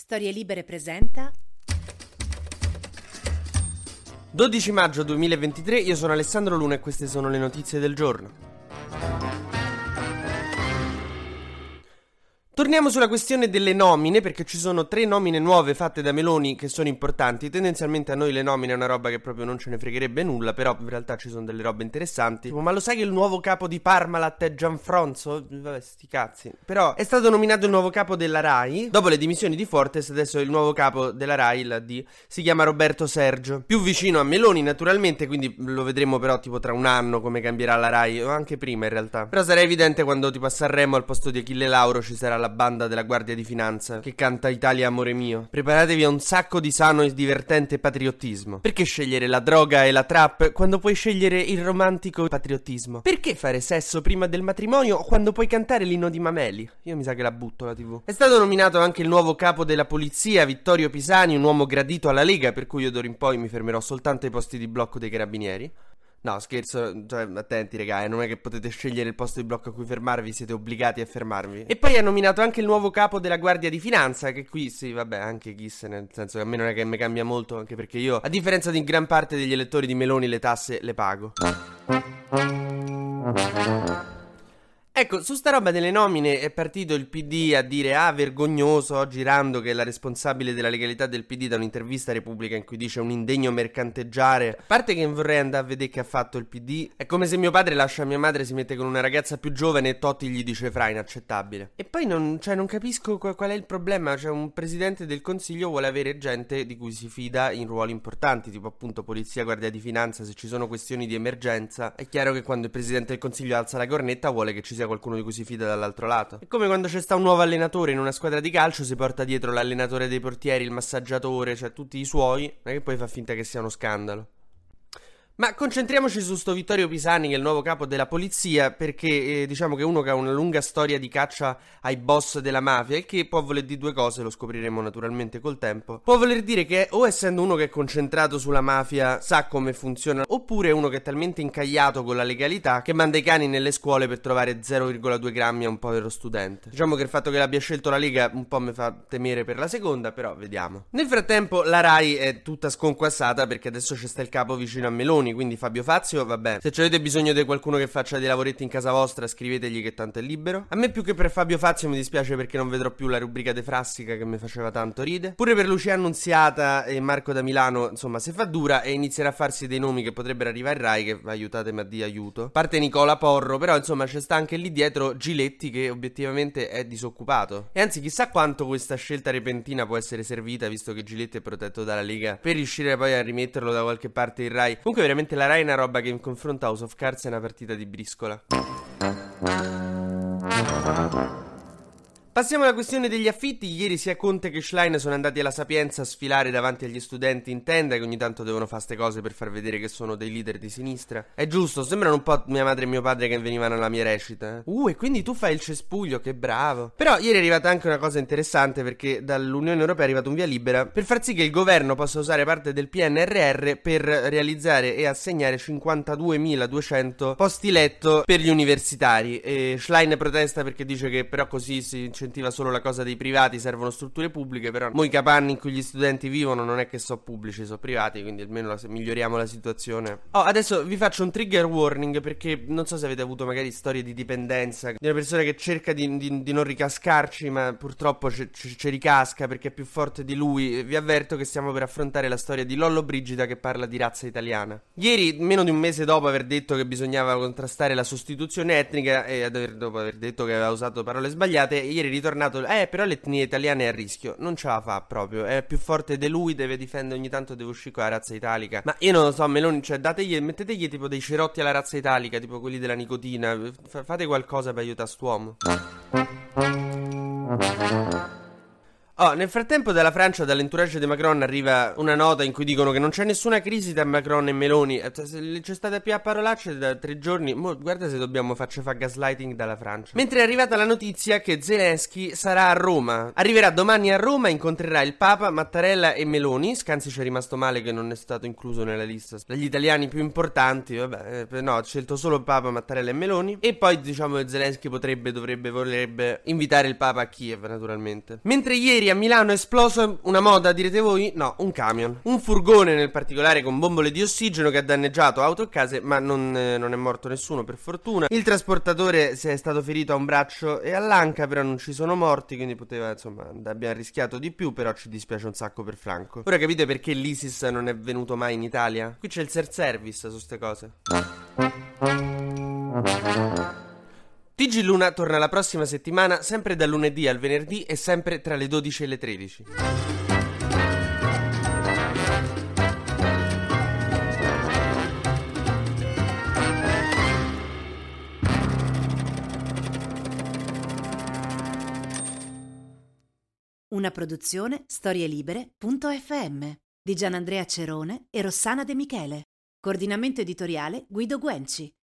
Storie Libere presenta 12 maggio 2023, io sono Alessandro Luna e queste sono le notizie del giorno. Torniamo sulla questione delle nomine, perché ci sono 3 nomine nuove fatte da Meloni che sono importanti. Tendenzialmente a noi le nomine è una roba che proprio non ce ne fregherebbe nulla, però in realtà ci sono delle robe interessanti. Ma lo sai che il nuovo capo di Parmalat è Gianfronzo? Vabbè, sti cazzi. Però è stato nominato il nuovo capo della Rai. Dopo le dimissioni di Fortes, adesso il nuovo capo della Rai, la D, si chiama Roberto Sergio. Più vicino a Meloni naturalmente, quindi lo vedremo però tipo tra un anno come cambierà la Rai, o anche prima in realtà. Però sarà evidente quando tipo a Sanremo al posto di Achille Lauro ci sarà la banda della Guardia di Finanza che canta Italia amore mio. Preparatevi a un sacco di sano e divertente patriottismo. Perché scegliere la droga e la trap quando puoi scegliere il romantico patriottismo? Perché fare sesso prima del matrimonio quando puoi cantare l'inno di Mameli? Io mi sa che la butto la TV. È stato nominato anche il nuovo capo della polizia, Vittorio Pisani, un uomo gradito alla Lega, per cui io d'ora in poi mi fermerò soltanto ai posti di blocco dei carabinieri. No, scherzo, cioè, attenti raga, non è che potete scegliere il posto di blocco a cui fermarvi, siete obbligati a fermarvi. E poi ha nominato anche il nuovo capo della Guardia di Finanza, che qui, sì, vabbè, anche chi se ne... nel senso che a me non è che mi cambia molto, anche perché io, a differenza di gran parte degli elettori di Meloni, le tasse le pago. Ecco, su sta roba delle nomine è partito il PD a dire vergognoso oggi Rando, che è la responsabile della legalità del PD, da un'intervista a Repubblica in cui dice un indegno mercanteggiare. A parte che vorrei andare a vedere che ha fatto il PD. È come se mio padre lascia mia madre, si mette con una ragazza più giovane e Totti gli dice fra, inaccettabile. E poi non capisco qual è il problema. Cioè un presidente del consiglio vuole avere gente di cui si fida in ruoli importanti, tipo appunto polizia, guardia di finanza. Se ci sono questioni di emergenza è chiaro che quando il presidente del consiglio alza la cornetta vuole che ci sia qualcuno di cui si fida dall'altro lato. È come quando c'è sta un nuovo allenatore in una squadra di calcio, si porta dietro l'allenatore dei portieri, il massaggiatore, cioè tutti i suoi, non è che poi fa finta che sia uno scandalo. Ma concentriamoci su sto Vittorio Pisani, che è il nuovo capo della polizia, perché diciamo che è uno che ha una lunga storia di caccia ai boss della mafia, il che può voler dire due cose, lo scopriremo naturalmente col tempo. Può voler dire che o essendo uno che è concentrato sulla mafia sa come funziona, oppure è uno che è talmente incagliato con la legalità che manda i cani nelle scuole per trovare 0,2 grammi a un povero studente. Diciamo che il fatto che l'abbia scelto la Lega un po' mi fa temere per la seconda, però vediamo. Nel frattempo la Rai è tutta sconquassata perché adesso c'è sta il capo vicino a Meloni, quindi Fabio Fazio, vabbè. Se avete bisogno di qualcuno che faccia dei lavoretti in casa vostra, scrivetegli che tanto è libero. A me più che per Fabio Fazio mi dispiace perché non vedrò più la rubrica De Frassica che mi faceva tanto ride. Pure per Lucia Annunziata e Marco da Milano, insomma, se fa dura e inizierà a farsi dei nomi che potrebbero arrivare in Rai, che aiutatemi a di aiuto. A parte Nicola Porro, però insomma c'è sta anche lì dietro Giletti, che obiettivamente è disoccupato. E anzi chissà quanto questa scelta repentina può essere servita, visto che Giletti è protetto dalla Lega, per riuscire poi a rimetterlo da qualche parte in Rai. Comunque veramente la Rai è una roba che in confronto a House of Cards è una partita di briscola. Passiamo alla questione degli affitti. Ieri sia Conte che Schlein sono andati alla Sapienza a sfilare davanti agli studenti in tenda, che ogni tanto devono fare ste cose per far vedere che sono dei leader di sinistra. È giusto, sembrano un po' mia madre e mio padre che venivano alla mia recita. E quindi tu fai il cespuglio, che bravo. Però ieri è arrivata anche una cosa interessante, perché dall'Unione Europea è arrivato un via libera per far sì che il governo possa usare parte del PNRR per realizzare e assegnare 52.200 posti letto per gli universitari. E Schlein protesta perché dice che però così si incentiva solo la cosa dei privati, servono strutture pubbliche, però i capanni in cui gli studenti vivono non è che so pubblici, so privati, quindi almeno miglioriamo la situazione. Adesso vi faccio un trigger warning, perché non so se avete avuto magari storie di dipendenza, di una persona che cerca di non ricascarci, ma purtroppo ci ricasca perché è più forte di lui. Vi avverto che stiamo per affrontare la storia di Lollobrigida, che parla di razza italiana. Ieri, meno di un mese dopo aver detto che bisognava contrastare la sostituzione etnica e dopo aver detto che aveva usato parole sbagliate, ieri ritornato, però l'etnia italiana è a rischio. Non ce la fa proprio, è più forte di lui, deve difendere, ogni tanto deve uscire con la razza italica. Ma io non lo so, Meloni, cioè mettetegli tipo dei cerotti alla razza italica, tipo quelli della nicotina, fate qualcosa per aiutare st'uomo. Nel frattempo dalla Francia, dall'entourage di Macron, arriva una nota in cui dicono che non c'è nessuna crisi tra Macron e Meloni. C'è stata più a parolacce da 3 giorni. Guarda se dobbiamo farci fa gaslighting dalla Francia. Mentre è arrivata la notizia che Zelensky sarà a Roma. Arriverà domani a Roma, incontrerà il Papa, Mattarella e Meloni. Scanzi ci è rimasto male che non è stato incluso nella lista degli italiani più importanti. Vabbè, no, ha scelto solo Papa, Mattarella e Meloni. E poi diciamo che Zelensky vorrebbe invitare il Papa a Kiev, naturalmente. Mentre ieri Ieri a Milano è esploso una moda, direte voi? No, un camion. Un furgone nel particolare con bombole di ossigeno che ha danneggiato auto e case, ma non è morto nessuno per fortuna. Il trasportatore si è stato ferito a un braccio e all'anca, però non ci sono morti, quindi poteva, insomma, abbiamo rischiato di più, però ci dispiace un sacco per Franco. Ora capite perché l'ISIS non è venuto mai in Italia? Qui c'è il self-service su ste cose. TG Luna torna la prossima settimana, sempre dal lunedì al venerdì e sempre tra le 12 e le 13. Una produzione storielibere.fm di Gianandrea Cerone e Rossana De Michele. Coordinamento editoriale Guido Guenci.